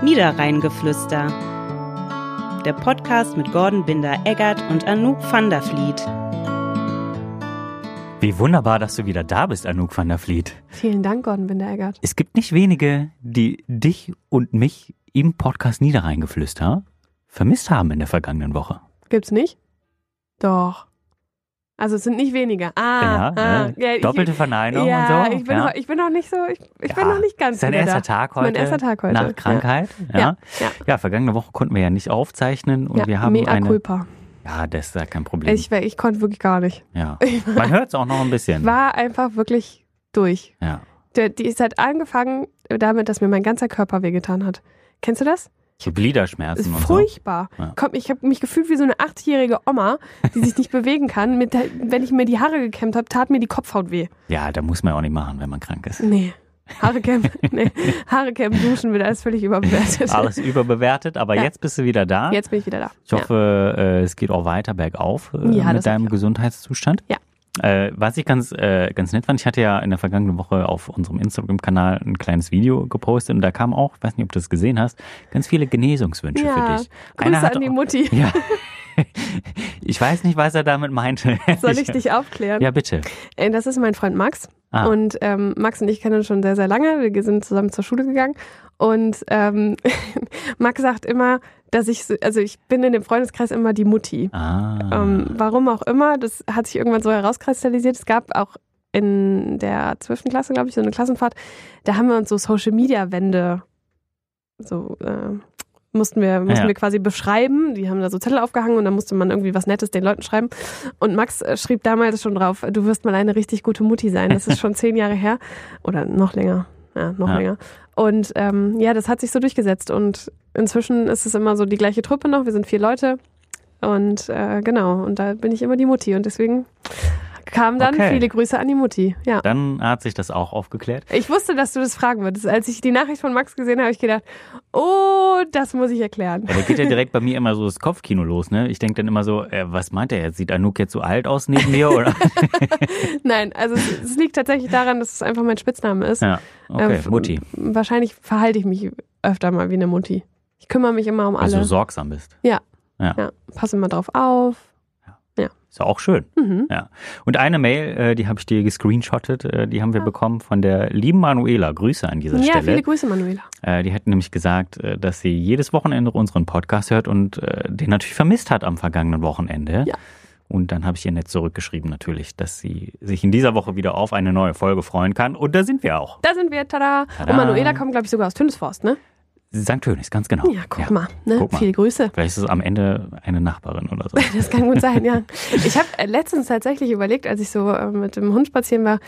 Niederrheingeflüster. Der Podcast mit Gordon Binder-Eggert und Anouk van der Vliet. Wie wunderbar, dass du wieder da bist, Anouk van der Vliet. Vielen Dank, Gordon Binder-Eggert. Es gibt nicht wenige, die dich und mich im Podcast Niederrheingeflüster vermisst haben in der vergangenen Woche. Gibt's nicht? Doch. Also es sind nicht wenige. Doppelte Verneinung und so. Ich bin noch nicht so, ich bin noch nicht ganz so. Dein erster Tag heute. Mein erster Tag heute. Nach Krankheit. Ja, vergangene Woche konnten wir ja nicht aufzeichnen und wir haben mea culpa. Ja, das ist ja kein Problem. Ich konnte wirklich gar nicht. Ja. Man hört es auch noch ein bisschen. War einfach wirklich durch. Ja. Die ist halt angefangen damit, dass mir mein ganzer Körper wehgetan hat. Kennst du das? So Gliederschmerzen und so. Furchtbar. Ja. Ich habe mich gefühlt wie so eine 8-jährige Oma, die sich nicht bewegen kann. Wenn ich mir die Haare gekämmt habe, tat mir die Kopfhaut weh. Ja, da muss man auch nicht machen, wenn man krank ist. Nee. Haare kämmen, duschen wieder, alles völlig überbewertet. Alles überbewertet, aber jetzt bist du wieder da. Jetzt bin ich wieder da. Ich hoffe, es geht auch weiter bergauf mit deinem Gesundheitszustand. Ja. Was ich ganz nett fand, ich hatte ja in der vergangenen Woche auf unserem Instagram-Kanal ein kleines Video gepostet und da kam auch, ich weiß nicht, ob du das gesehen hast, ganz viele Genesungswünsche für dich. Grüße an die Mutti. Ja. Ich weiß nicht, was er damit meinte. Soll ich dich aufklären? Ja, bitte. Das ist mein Freund Max. Und Max und ich kennen uns schon sehr, sehr lange. Wir sind zusammen zur Schule gegangen. Und Max sagt immer, dass ich bin in dem Freundeskreis immer die Mutti. Warum auch immer, das hat sich irgendwann so herauskristallisiert. Es gab auch in der 12. Klasse, glaube ich, so eine Klassenfahrt, da haben wir uns so Social-Media-Wände mussten wir quasi beschreiben. Die haben da so Zettel aufgehangen und dann musste man irgendwie was Nettes den Leuten schreiben. Und Max schrieb damals schon drauf, du wirst mal eine richtig gute Mutti sein. Das ist schon 10 Jahre her. Oder noch länger. Ja, noch länger. Und das hat sich so durchgesetzt. Und inzwischen ist es immer so die gleiche Truppe noch. Wir sind 4 Leute. Und genau, und da bin ich immer die Mutti. Und deswegen kamen dann viele Grüße an die Mutti. Ja. Dann hat sich das auch aufgeklärt. Ich wusste, dass du das fragen würdest. Als ich die Nachricht von Max gesehen habe, habe ich gedacht, oh, das muss ich erklären. Ja, da geht ja direkt bei mir immer so das Kopfkino los, ne? Ich denke dann immer so, was meint er jetzt? Sieht Anouk jetzt so alt aus neben mir, oder? Nein, also es liegt tatsächlich daran, dass es einfach mein Spitzname ist. Ja, okay, Mutti. Wahrscheinlich verhalte ich mich öfter mal wie eine Mutti. Ich kümmere mich immer um alle. Weil du sorgsam bist. Ja. Passe immer drauf auf. Ja. Ist ja auch schön. Mhm. Ja. Und eine Mail, die habe ich dir gescreenshottet, die haben wir bekommen von der lieben Manuela. Grüße an dieser Stelle. Ja, viele Grüße, Manuela. Die hat nämlich gesagt, dass sie jedes Wochenende unseren Podcast hört und den natürlich vermisst hat am vergangenen Wochenende. Ja. Und dann habe ich ihr nett zurückgeschrieben natürlich, dass sie sich in dieser Woche wieder auf eine neue Folge freuen kann. Und da sind wir auch. Da sind wir, tada. Und Manuela kommt, glaube ich, sogar aus Tönisforst, ne? St. Tönis, ganz genau. Ja, guck mal. Viele Grüße. Vielleicht ist es am Ende eine Nachbarin oder so. Das kann gut sein, ja. Ich habe letztens tatsächlich überlegt, als ich so mit dem Hund spazieren war,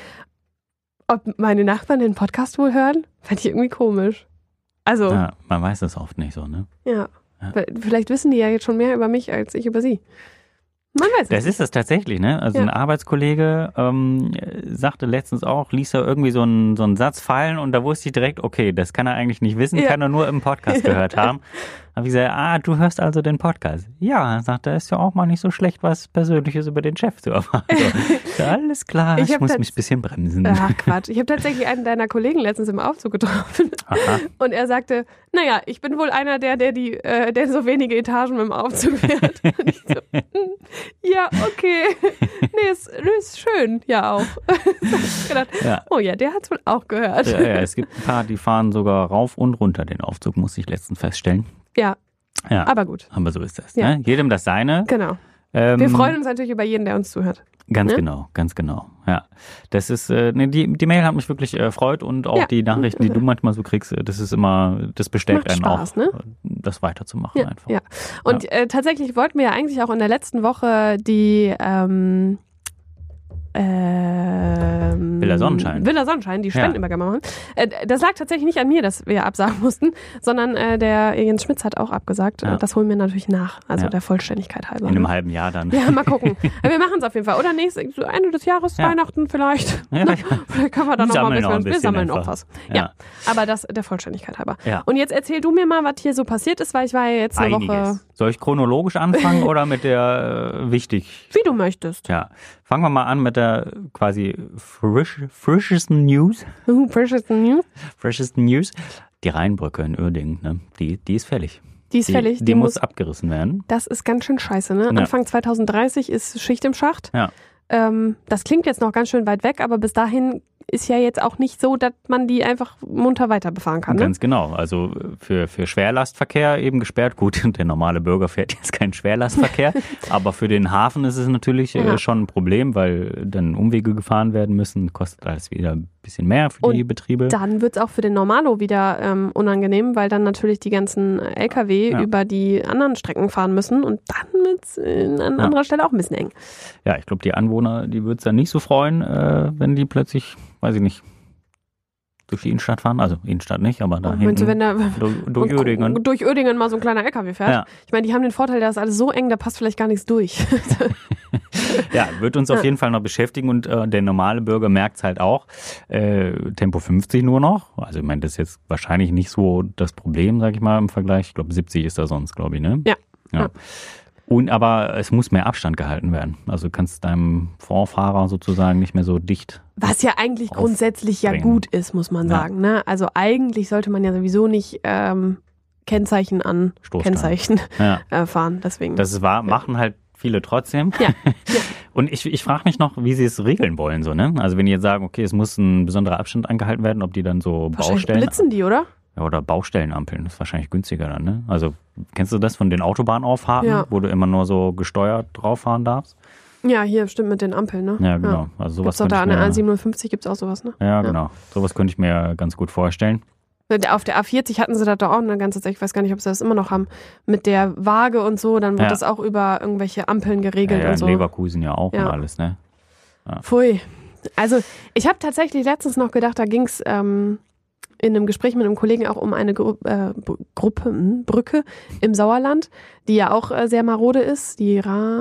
ob meine Nachbarn den Podcast wohl hören. Fand ich irgendwie komisch. Also. Ja, man weiß das oft nicht so, ne? Ja. Vielleicht wissen die ja jetzt schon mehr über mich als ich über sie. Man weiß es. Das ist es tatsächlich, ne? Also ein Arbeitskollege sagte letztens auch, ließ er irgendwie so einen Satz fallen und da wusste ich direkt, okay, das kann er eigentlich nicht wissen, kann er nur im Podcast gehört haben. Habe ich gesagt, du hörst also den Podcast. Ja, sagt er, ist ja auch mal nicht so schlecht, was Persönliches über den Chef zu erfahren. Also, alles klar, ich muss mich ein bisschen bremsen. Ach Quatsch, ich habe tatsächlich einen deiner Kollegen letztens im Aufzug getroffen. Aha. Und er sagte, naja, ich bin wohl einer der so wenige Etagen mit dem Aufzug fährt. Und ich so, ja, okay. Nee, ist schön, ja auch. Ich gedacht, oh ja, der hat's wohl auch gehört. Ja, es gibt ein paar, die fahren sogar rauf und runter den Aufzug, muss ich letztens feststellen. Ja, aber gut. Aber so ist das. Ne? Jedem das Seine. Genau. Wir freuen uns natürlich über jeden, der uns zuhört. Ganz genau. Ja, das ist die Mail hat mich wirklich erfreut und auch die Nachrichten, die du manchmal so kriegst, das ist immer, das bestärkt einen Spaß, auch, ne? das weiterzumachen einfach. Ja. Und tatsächlich wollten wir ja eigentlich auch in der letzten Woche die Villa Sonnenschein, die Spendenübergabe machen. Das lag tatsächlich nicht an mir, dass wir absagen mussten, sondern der Jens Schmitz hat auch abgesagt. Das holen wir natürlich nach, also der Vollständigkeit halber. In einem halben Jahr dann. Ja, mal gucken. Wir machen es auf jeden Fall. Oder so Ende des Jahres, Weihnachten vielleicht. Vielleicht können wir dann noch mal ein bisschen. Wir sammeln noch was. Ja, aber das der Vollständigkeit halber. Ja. Und jetzt erzähl du mir mal, was hier so passiert ist, weil ich war ja jetzt eine Woche... Soll ich chronologisch anfangen oder mit der wichtig? Wie du möchtest. Ja, fangen wir mal an mit der quasi frischesten News. Frischesten News. Die Rheinbrücke in Uerdingen, ne? Die ist fällig. Die ist fällig. Die muss abgerissen werden. Das ist ganz schön scheiße, ne? Ja. Anfang 2030 ist Schicht im Schacht. Ja. Das klingt jetzt noch ganz schön weit weg, aber bis dahin ist ja jetzt auch nicht so, dass man die einfach munter weiter befahren kann. Ne? Ganz genau. Also für Schwerlastverkehr eben gesperrt. Gut, der normale Bürger fährt jetzt keinen Schwerlastverkehr, aber für den Hafen ist es natürlich schon ein Problem, weil dann Umwege gefahren werden müssen. Kostet alles wieder ein bisschen mehr für die Betriebe. Dann wird es auch für den Normalo wieder unangenehm, weil dann natürlich die ganzen LKW über die anderen Strecken fahren müssen und dann wird es an anderer Stelle auch ein bisschen eng. Ja, ich glaube, die Anwohner, die wird es dann nicht so freuen, wenn die plötzlich, weiß ich nicht, durch die Innenstadt fahren. Also Innenstadt nicht, aber da hinten. Meinst du, wenn da durch Uerdingen. Durch Uerdingen mal so ein kleiner LKW fährt? Ja. Ich meine, die haben den Vorteil, da ist alles so eng, da passt vielleicht gar nichts durch. Ja, wird uns auf jeden Fall noch beschäftigen und der normale Bürger merkt es halt auch. Tempo 50 nur noch. Also ich meine, das ist jetzt wahrscheinlich nicht so das Problem, sag ich mal, im Vergleich. Ich glaube, 70 ist da sonst, glaube ich, ne? Ja. Und aber es muss mehr Abstand gehalten werden. Also du kannst deinem Vorfahrer sozusagen nicht mehr so dicht. Was ja eigentlich grundsätzlich ja gut ist, muss man sagen. Ne? Also eigentlich sollte man ja sowieso nicht Kennzeichen an Kennzeichen fahren. Deswegen. Das ist wahr, machen halt viele trotzdem. Ja. Und ich frage mich noch, wie sie es regeln wollen. So, ne? Also wenn die jetzt sagen, okay, es muss ein besonderer Abstand angehalten werden, ob die dann so Baustellen... blitzen die, oder? Ja, oder Baustellenampeln, das ist wahrscheinlich günstiger dann, ne? Also kennst du das von den Autobahnauffahrten, wo du immer nur so gesteuert drauf fahren darfst? Ja, hier stimmt mit den Ampeln, ne? Ja, genau. Also sowas gibt's doch da an der A57 gibt es auch sowas, ne? Ja, genau. Sowas könnte ich mir ganz gut vorstellen. Auf der A40 hatten sie das doch auch eine ganze Zeit, ich weiß gar nicht, ob sie das immer noch haben, mit der Waage und so, dann wird das auch über irgendwelche Ampeln geregelt und so. In Leverkusen ja auch und alles, ne? Ja. Pfui. Also ich habe tatsächlich letztens noch gedacht, da ging es in einem Gespräch mit einem Kollegen auch um eine Brücke im Sauerland, die ja auch sehr marode ist, die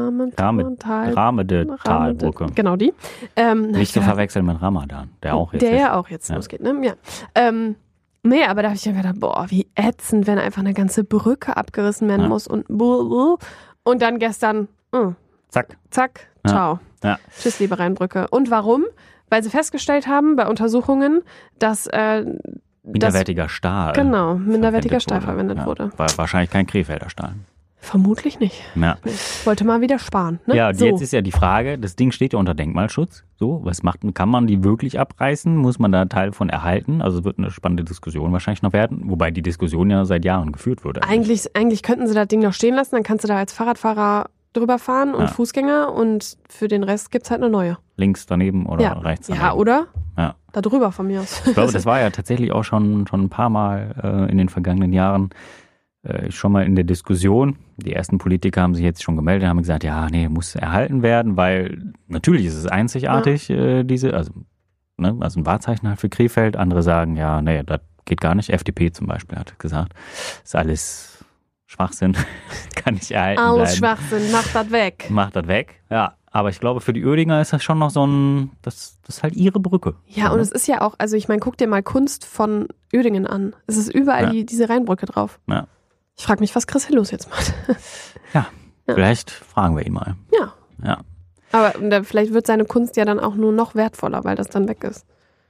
Rahmetalbrücke. Genau die. Nicht zu verwechseln mit Ramadan, der auch jetzt losgeht. Ne? Ja. Nee, aber da habe ich mir gedacht, boah, wie ätzend, wenn einfach eine ganze Brücke abgerissen werden muss und dann gestern zack, ciao. Ja. Tschüss, liebe Rheinbrücke. Und warum? Weil sie festgestellt haben bei Untersuchungen, dass minderwertiger Stahl. Genau, minderwertiger Stahl verwendet wurde. War wahrscheinlich kein Krefelder Stahl. Vermutlich nicht. Ja. Ich wollte mal wieder sparen. Ne? Ja, jetzt ist ja die Frage, das Ding steht ja unter Denkmalschutz. So, kann man die wirklich abreißen? Muss man da Teil von erhalten? Also es wird eine spannende Diskussion wahrscheinlich noch werden, wobei die Diskussion ja seit Jahren geführt wurde. Eigentlich könnten sie das Ding noch stehen lassen, dann kannst du da als Fahrradfahrer drüber fahren und Fußgänger und für den Rest gibt's halt eine neue. Links daneben oder rechts daneben. Ja, oder? Ja. Da drüber von mir aus. Ich glaube, das war ja tatsächlich auch schon ein paar Mal in den vergangenen Jahren schon mal in der Diskussion. Die ersten Politiker haben sich jetzt schon gemeldet und haben gesagt, ja, nee, muss erhalten werden, weil natürlich ist es einzigartig, also ein Wahrzeichen halt für Krefeld. Andere sagen, ja, nee, das geht gar nicht. FDP zum Beispiel hat gesagt, ist alles Schwachsinn, kann nicht erhalten bleiben. Alles Schwachsinn, macht das weg. Macht das weg, ja. Aber ich glaube, für die Uerdinger ist das schon noch so das ist halt ihre Brücke. Ja, und es ist ja auch, also ich meine, guck dir mal Kunst von Uerdingen an. Es ist überall diese Rheinbrücke drauf. Ja. Ich frage mich, was Chris Hillus jetzt macht. Ja, vielleicht fragen wir ihn mal. Ja. Aber vielleicht wird seine Kunst ja dann auch nur noch wertvoller, weil das dann weg ist.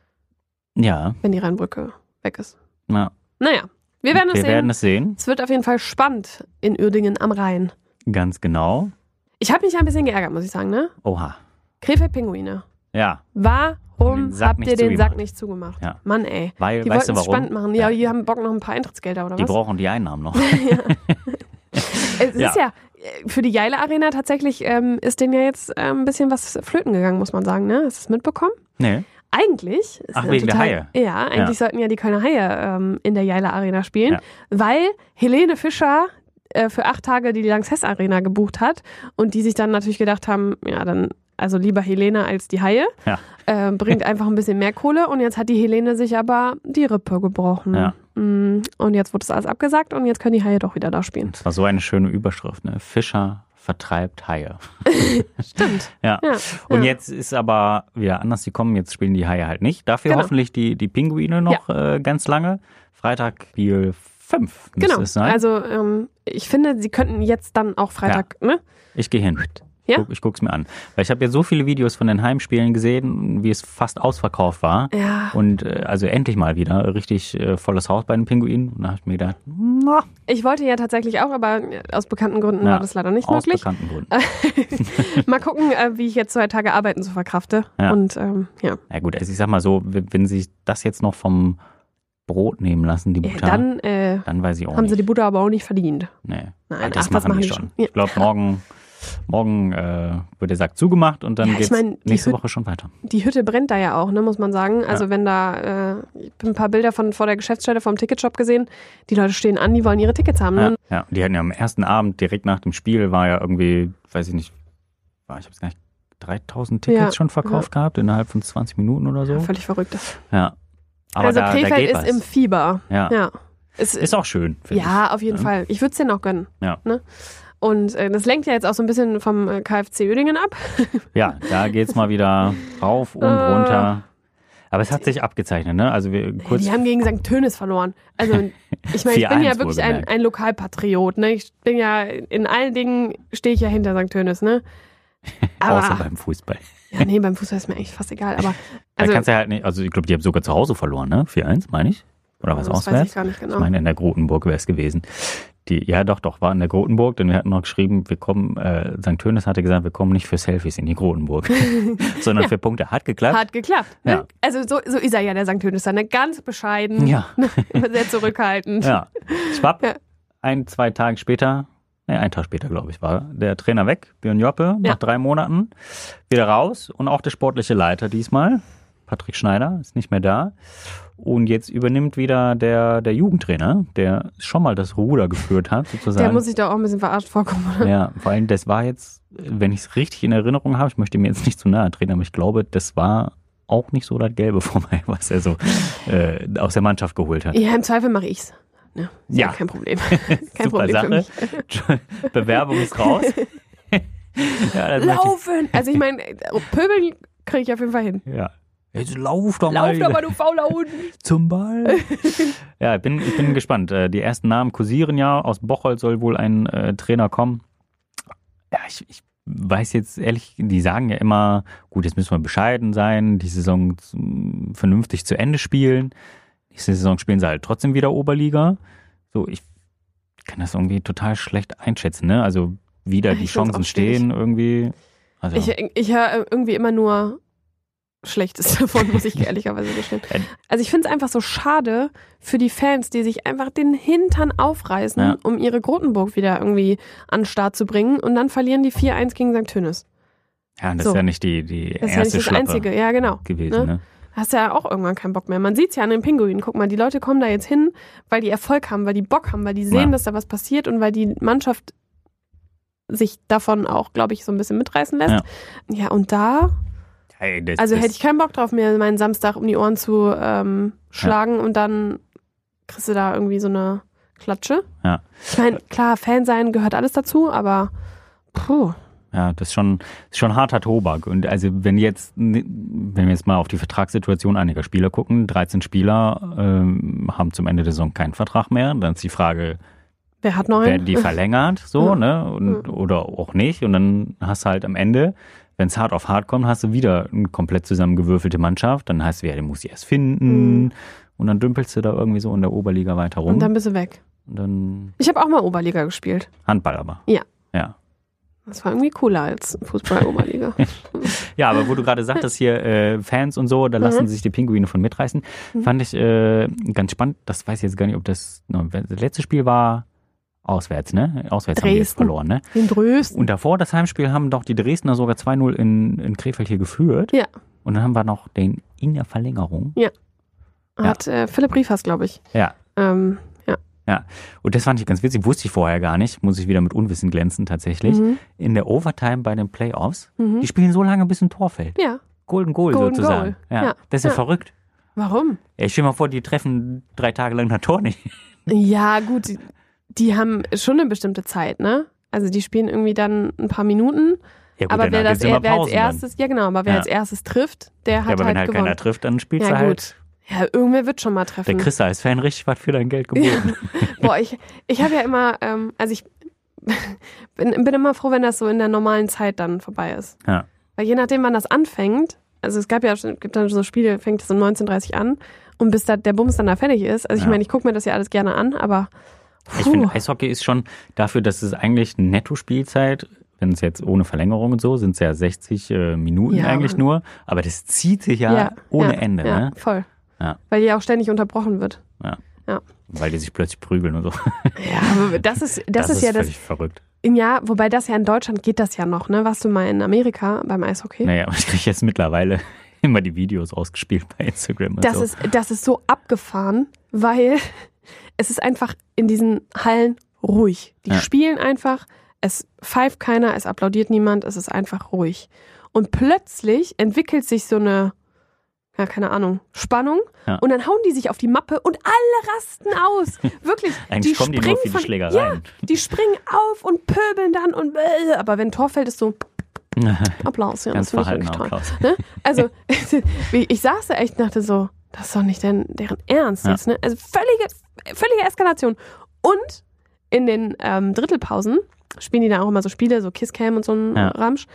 Ja. Wenn die Rheinbrücke weg ist. Ja. Naja, wir werden es sehen. Es wird auf jeden Fall spannend in Uerdingen am Rhein. Ganz genau. Ich habe mich ein bisschen geärgert, muss ich sagen, ne? Oha. Krefeld-Pinguine. Ja. Warum habt ihr den Sack nicht zugemacht? Ja. Mann, ey. Weil, die weißt wollten du es warum? spannend machen. Ja, die haben Bock noch ein paar Eintrittsgelder, oder was? Die brauchen die Einnahmen noch. Es ist ja für die Jeile Arena tatsächlich, ist denen ja jetzt ein bisschen was flöten gegangen, muss man sagen, ne? Hast du es mitbekommen? Nee. Eigentlich. Wegen der Haie. Ja, eigentlich sollten ja die Kölner Haie in der Jeile Arena spielen, weil Helene Fischer für 8 Tage die Lanxess Arena gebucht hat und die sich dann natürlich gedacht haben, ja, dann also lieber Helene als die Haie, bringt einfach ein bisschen mehr Kohle und jetzt hat die Helene sich aber die Rippe gebrochen. Ja. Und jetzt wurde das alles abgesagt und jetzt können die Haie doch wieder da spielen. Das war so eine schöne Überschrift, ne? Fischer vertreibt Haie. Stimmt. Ja. Und jetzt ist aber wieder anders, jetzt spielen die Haie halt nicht. Dafür hoffentlich die Pinguine noch ganz lange. Freitag Spiel 5 müsste es sein. Also ich finde, sie könnten jetzt dann auch Freitag, ne? Ich gehe hin. Ja? Ich guck's mir an. Weil ich habe ja so viele Videos von den Heimspielen gesehen, wie es fast ausverkauft war. Ja. Und also endlich mal wieder richtig volles Haus bei den Pinguinen. Und da habe ich mir gedacht, na. Ich wollte ja tatsächlich auch, aber aus bekannten Gründen war das leider nicht möglich. Aus bekannten Gründen. Mal gucken, wie ich jetzt 2 Tage Arbeiten so verkrafte. Ja. Und ja. Ja gut, also ich sag mal so, wenn sie das jetzt noch vom Brot nehmen lassen, die Butter, dann weiß ich auch haben nicht. sie die Butter aber auch nicht verdient. Nee. Nein, das machen die schon. Ja. Ich glaube, morgen wird der Sack zugemacht und dann geht's nächste Woche schon weiter. Die Hütte brennt da ja auch, ne, muss man sagen. Also wenn da, ich habe ein paar Bilder vor der Geschäftsstelle vom Ticketshop gesehen, die Leute stehen an, die wollen ihre Tickets haben. Ne? Ja, die hatten ja am ersten Abend, direkt nach dem Spiel, war ja irgendwie, weiß ich nicht, ich habe es gar nicht, 3000 Tickets schon verkauft gehabt, innerhalb von 20 Minuten oder so. Ja, völlig verrückt. Ja. Aber also da Krefeld geht ist im Fieber. Ja. Ist auch schön, finde ich. Ja, auf jeden Fall. Ich würde es denen auch gönnen. Ja. Ne? Und das lenkt ja jetzt auch so ein bisschen vom KFC Uerdingen ab. Ja, da geht's mal wieder rauf und runter. Aber es hat sich abgezeichnet, ne? Also die haben gegen St. Tönis verloren. Also ich meine, ich bin ja wirklich ein Lokalpatriot. Ne? Ich bin ja, in allen Dingen stehe ich ja hinter St. Tönis, ne? Aber, außer beim Fußball. Ja, nee, beim Fußball ist mir eigentlich fast egal. Aber da kannst du halt nicht, also ich glaube, die haben sogar zu Hause verloren, ne? 4-1, meine ich. Oder was auswärts? Weiß ich gar nicht genau. Ich meine, in der Grotenburg wäre es gewesen. Ja, doch, war in der Grotenburg, denn wir hatten noch geschrieben, St. Tönis hatte gesagt, wir kommen nicht für Selfies in die Grotenburg, sondern für Punkte. Hat geklappt. Hat geklappt. Ne? Ja. Also so ist er ja, der St. Tönis, ne? Ganz bescheiden, sehr zurückhaltend. Ja, schwapp, 1-2 Tage später, einen Tag später, glaube ich, war der Trainer weg, Björn Joppe, nach 3 Monaten, wieder raus und auch der sportliche Leiter diesmal, Patrick Schneider, ist nicht mehr da. Und jetzt übernimmt wieder der Jugendtrainer, der schon mal das Ruder geführt hat, sozusagen. Der muss sich da auch ein bisschen verarscht vorkommen, oder? Ja, vor allem, das war jetzt, wenn ich es richtig in Erinnerung habe, ich möchte mir jetzt nicht zu nahe treten, aber ich glaube, das war auch nicht so das Gelbe vorbei, was er so aus der Mannschaft geholt hat. Ja, im Zweifel mache ich's. Ja, kein Problem. Kein Super Problem Sache. für mich. Bewerbung ist raus. Laufen! Also ich meine, Pöbeln kriege ich auf jeden Fall hin. Ja. Jetzt lauf doch mal. Lauf doch mal, du fauler Hund. Zum Ball. Ja, ich bin gespannt. Die ersten Namen kursieren ja. Aus Bocholt soll wohl ein Trainer kommen. Ja, ich weiß jetzt ehrlich, die sagen ja immer, gut, jetzt müssen wir bescheiden sein, die Saison vernünftig zu Ende spielen. Nächste Saison spielen sie halt trotzdem wieder Oberliga. So, ich kann das irgendwie total schlecht einschätzen, ne? Also, wie da die Chancen stehen irgendwie. Also. Ich höre irgendwie immer nur Schlechtes davon, muss ich ehrlicherweise gestehen. Also ich finde es einfach so schade für die Fans, die sich einfach den Hintern aufreißen, um ihre Grotenburg wieder irgendwie an den Start zu bringen und dann verlieren die 4-1 gegen St. Tönis. Ja, und das ist ja nicht die das erste ist ja nicht das Einzige, ja genau. gewesen, ne? Hast ja auch irgendwann keinen Bock mehr. Man sieht es ja an den Pinguinen. Guck mal, die Leute kommen da jetzt hin, weil die Erfolg haben, weil die Bock haben, weil die sehen, dass da was passiert und weil die Mannschaft sich davon auch, glaube ich, so ein bisschen mitreißen lässt. Ja, und da... hätte ich keinen Bock drauf, mir meinen Samstag um die Ohren zu schlagen und dann kriegst du da irgendwie so eine Klatsche. Ja. Ich meine, klar, Fan sein gehört alles dazu, aber puh. Ja, das ist schon harter Tobak. Und also wenn wir jetzt mal auf die Vertragssituation einiger Spieler gucken, 13 Spieler haben zum Ende der Saison keinen Vertrag mehr. Dann ist die Frage, wer hat noch einen? Werden die verlängert, so, ne? Oder auch nicht. Und dann hast du halt am Ende, wenn es hart auf hart kommt, hast du wieder eine komplett zusammengewürfelte Mannschaft. Dann heißt es, den muss ich erst finden. Und dann dümpelst du da irgendwie so in der Oberliga weiter rum. Und dann bist du weg. Und dann ich habe auch mal Oberliga gespielt. Handball aber. Ja. Das war irgendwie cooler als Fußball-Oberliga. Ja, aber wo du gerade sagtest hier Fans und so, da lassen sich die Pinguine von mitreißen. Fand ich ganz spannend. Das weiß ich jetzt gar nicht, ob das letzte Spiel war auswärts, ne? Auswärts Dresden. Haben die jetzt verloren, ne? In Dresden. Und davor, das Heimspiel, haben doch die Dresdner sogar 2-0 in Krefeld hier geführt. Ja. Und dann haben wir noch den in der Verlängerung. Ja. Hat Philipp Riefers, glaube ich. Ja. Ja, und das fand ich ganz witzig, wusste ich vorher gar nicht, muss ich wieder mit Unwissen glänzen tatsächlich. In der Overtime bei den Playoffs, die spielen so lange, bis ein Tor fällt. Ja. Golden Goal sozusagen. Goal. Ja. Das ist ja verrückt. Warum? Ich stell mir vor, die treffen 3 Tage lang das Tor nicht. Ja, gut, die haben schon eine bestimmte Zeit, ne? Also die spielen irgendwie dann ein paar Minuten. Ja, gut, aber wer als erstes, dann. wer als erstes trifft, der hat halt gewonnen. Ja, aber wenn halt keiner trifft, dann spielst du halt. Ja, irgendwer wird schon mal treffen. Der kriegst du als Fan richtig was für dein Geld geboten. Ja. Boah, ich habe ja immer, also ich bin immer froh, wenn das so in der normalen Zeit dann vorbei ist. Ja. Weil je nachdem, wann das anfängt, also es gibt dann so Spiele, fängt es um 19:30 an und bis da der Bums dann da fertig ist. Also ich meine, ich gucke mir das ja alles gerne an, aber ich finde, Eishockey ist schon dafür, dass es eigentlich eine Netto-Spielzeit, wenn es jetzt ohne Verlängerung und so, sind es ja 60 Minuten eigentlich nur, aber das zieht sich ja ohne Ende. Ja, ne? voll. Ja. Weil die auch ständig unterbrochen wird. Ja. Weil die sich plötzlich prügeln und so. Ja, aber das ist ja völlig verrückt. Ja, wobei das ja in Deutschland geht das ja noch, ne? Warst du mal in Amerika beim Eishockey? Naja, ich kriege jetzt mittlerweile immer die Videos ausgespielt bei Instagram und so. Das ist so abgefahren, weil es ist einfach in diesen Hallen ruhig. Die spielen einfach, es pfeift keiner, es applaudiert niemand, es ist einfach ruhig. Und plötzlich entwickelt sich so eine, ja, keine Ahnung, Spannung und dann hauen die sich auf die Mappe und alle rasten aus. Wirklich. Eigentlich kommen die nur für die Schlägereien. Ja, die springen auf und pöbeln dann und aber wenn ein Tor fällt, ist so Applaus. Ja, ganz das finde ich verhaltener wirklich toll. Applaus. Ne? Also ich saß da echt und dachte so, das ist doch nicht deren Ernst jetzt. Ne? Also völlige Eskalation. Und in den Drittelpausen spielen die da auch immer so Spiele, so Kisscam und so ein Ramsch.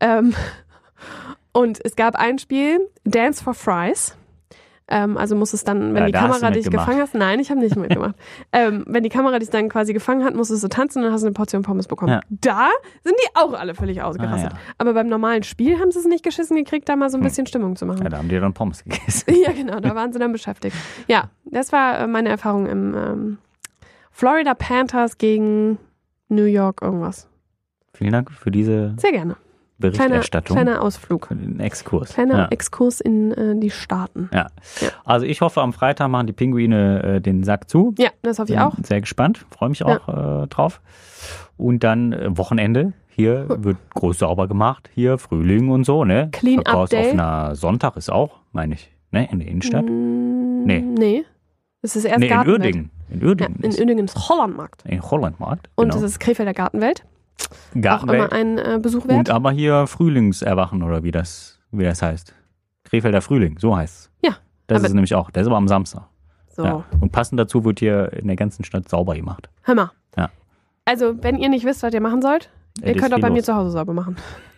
Und es gab ein Spiel, Dance for Fries. Also muss es dann, wenn die Kamera dich gefangen hat, nein, ich habe nicht mitgemacht. Wenn die Kamera dich dann quasi gefangen hat, musstest du tanzen und dann hast du eine Portion Pommes bekommen. Ja. Da sind die auch alle völlig ausgerastet. Aber beim normalen Spiel haben sie es nicht geschissen gekriegt, da mal so ein bisschen Stimmung zu machen. Ja, da haben die dann Pommes gegessen. Ja, genau, da waren sie dann beschäftigt. Ja, das war meine Erfahrung im Florida Panthers gegen New York irgendwas. Vielen Dank für diese sehr gerne. Berichterstattung. Kleiner Ausflug. Ein Exkurs. Kleiner Exkurs in die Staaten. Ja. Also ich hoffe, am Freitag machen die Pinguine den Sack zu. Ja, das hoffe ich auch. Bin sehr gespannt. Freue mich auch drauf. Und dann Wochenende. Hier wird groß sauber gemacht. Hier Frühling und so, ne? Clean Up Day. Verkaufsoffener Sonntag ist auch, meine ich, ne? In der Innenstadt. Nee. Das ist erst Gartenwelt. In Uerdingen. Ja, in Uerdingen ist Hollandmarkt. In Hollandmarkt, genau. Und das ist Krefelder Gartenwelt. Auch immer ein Besuch wert. Und aber hier Frühlingserwachen oder wie das heißt. Krefelder Frühling, so heißt es. Ja. Das ist nämlich auch. Das ist aber am Samstag. So. Ja. Und passend dazu wird hier in der ganzen Stadt sauber gemacht. Hör mal. Ja. Also, wenn ihr nicht wisst, was ihr machen sollt, ihr könnt auch bei mir zu Hause sauber machen.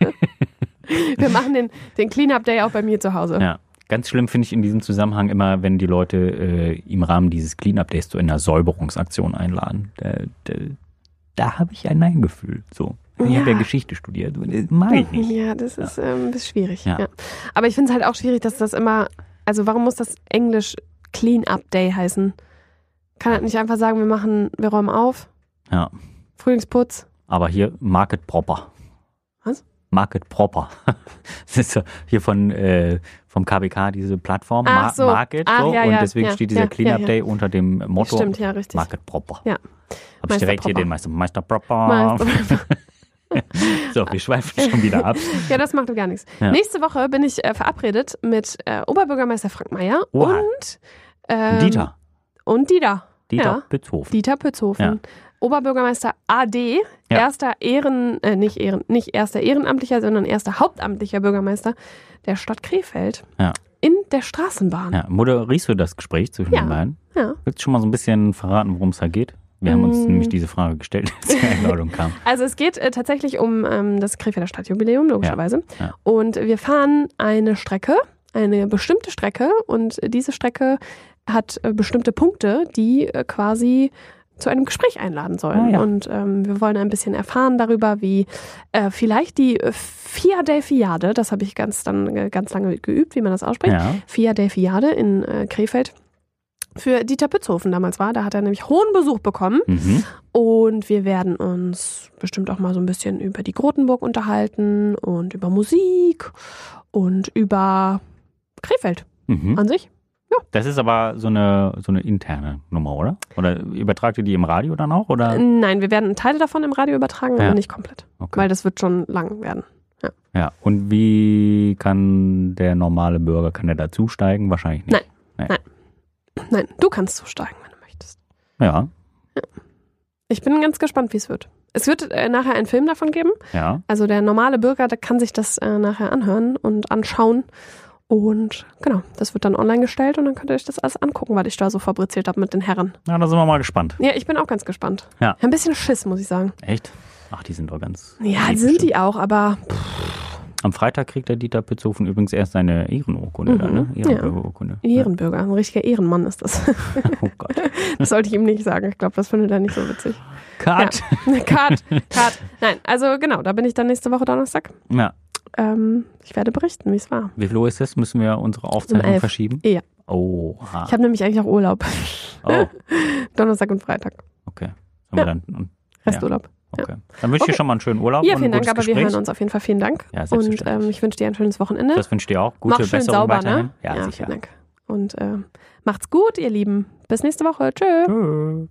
Wir machen den Clean-Up Day auch bei mir zu Hause. Ja. Ganz schlimm finde ich in diesem Zusammenhang immer, wenn die Leute im Rahmen dieses Clean-Up Days so in einer Säuberungsaktion einladen. Da habe ich ein Nein-Gefühl. So. Ich habe ja Geschichte studiert. Mag ich nicht. Ja, das ist ein bisschen schwierig. Ja. Aber ich finde es halt auch schwierig, dass das immer, also warum muss das Englisch Clean-Up Day heißen? Kann halt nicht einfach sagen, wir räumen auf. Ja. Frühlingsputz. Aber hier Market Proper. Was? Market Proper. Das ist so hier vom KBK, diese Plattform, Market. Und deswegen steht dieser Clean-Up Day unter dem Motto Stimmt, ja, richtig. Market Proper. Ja. Habe ich direkt hier den Meister Proper. So, wir schweifen schon wieder ab. Ja, das macht gar nichts. Ja. Nächste Woche bin ich verabredet mit Oberbürgermeister Frank Mayer und Dieter. Und Dieter. Dieter Pützhofen. Dieter Pützhofen. Ja. Oberbürgermeister AD, nicht erster ehrenamtlicher, sondern erster hauptamtlicher Bürgermeister der Stadt Krefeld. Ja. In der Straßenbahn. Ja. Moderierst du das Gespräch zwischen den beiden? Ja. Willst du schon mal so ein bisschen verraten, worum es da geht? Wir haben uns nämlich diese Frage gestellt, als die Einladung kam. Also es geht tatsächlich um das Krefelder Stadtjubiläum, logischerweise. Ja. Und wir fahren eine bestimmte Strecke und diese Strecke hat bestimmte Punkte, die quasi zu einem Gespräch einladen sollen. Und wir wollen ein bisschen erfahren darüber, wie vielleicht die Via del Fiade, das habe ich ganz lange geübt, wie man das ausspricht, Via del Fiade in Krefeld, für Dieter Pützhofen damals war. Da hat er nämlich hohen Besuch bekommen. Mhm. Und wir werden uns bestimmt auch mal so ein bisschen über die Grotenburg unterhalten und über Musik und über Krefeld an sich. Ja. Das ist aber so eine interne Nummer, oder? Oder übertragt ihr die im Radio dann auch? Oder? Nein, wir werden Teile davon im Radio übertragen, aber nicht komplett. Okay. Weil das wird schon lang werden. Ja, und wie kann der normale Bürger, kann der dazusteigen? Wahrscheinlich nicht. Nein, du kannst zusteigen, wenn du möchtest. Ja. Ich bin ganz gespannt, wie es wird. Es wird nachher einen Film davon geben. Ja. Also der normale Bürger, der kann sich das nachher anhören und anschauen. Und genau, das wird dann online gestellt und dann könnt ihr euch das alles angucken, was ich da so fabriziert habe mit den Herren. Ja, da sind wir mal gespannt. Ja, ich bin auch ganz gespannt. Ja. Ein bisschen Schiss, muss ich sagen. Echt? Ach, die sind doch ganz... Ja, sind die auch, aber... Am Freitag kriegt der Dieter Pitzhofen übrigens erst seine Ehrenurkunde, ne? Ehrenbürgerurkunde. Ehrenbürger, ein richtiger Ehrenmann ist das. Oh Gott. Das sollte ich ihm nicht sagen. Ich glaube, das findet er nicht so witzig. Cut. Ja. Cut. Nein, also genau, da bin ich dann nächste Woche Donnerstag. Ja. Ich werde berichten, wie es war. Wie viel Uhr ist es? Müssen wir unsere Aufzeichnung verschieben? Ja. Oh. Ich habe nämlich eigentlich auch Urlaub. Oh. Donnerstag und Freitag. Okay. Wir dann, Resturlaub. Okay. Dann wünsche ich dir schon mal einen schönen Urlaub. Ja, und vielen ein Dank, aber Gespräch. wir hören uns auf jeden Fall. Vielen Dank. Ja, und ich wünsche dir ein schönes Wochenende. Das wünsche ich dir auch. Gute Mach schön Besserung sauber, weiterhin. ne? Ja, sicher. Vielen Dank. Und macht's gut, ihr Lieben. Bis nächste Woche. Tschö. Tschö.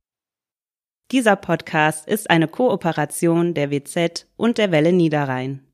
Dieser Podcast ist eine Kooperation der WZ und der Welle Niederrhein.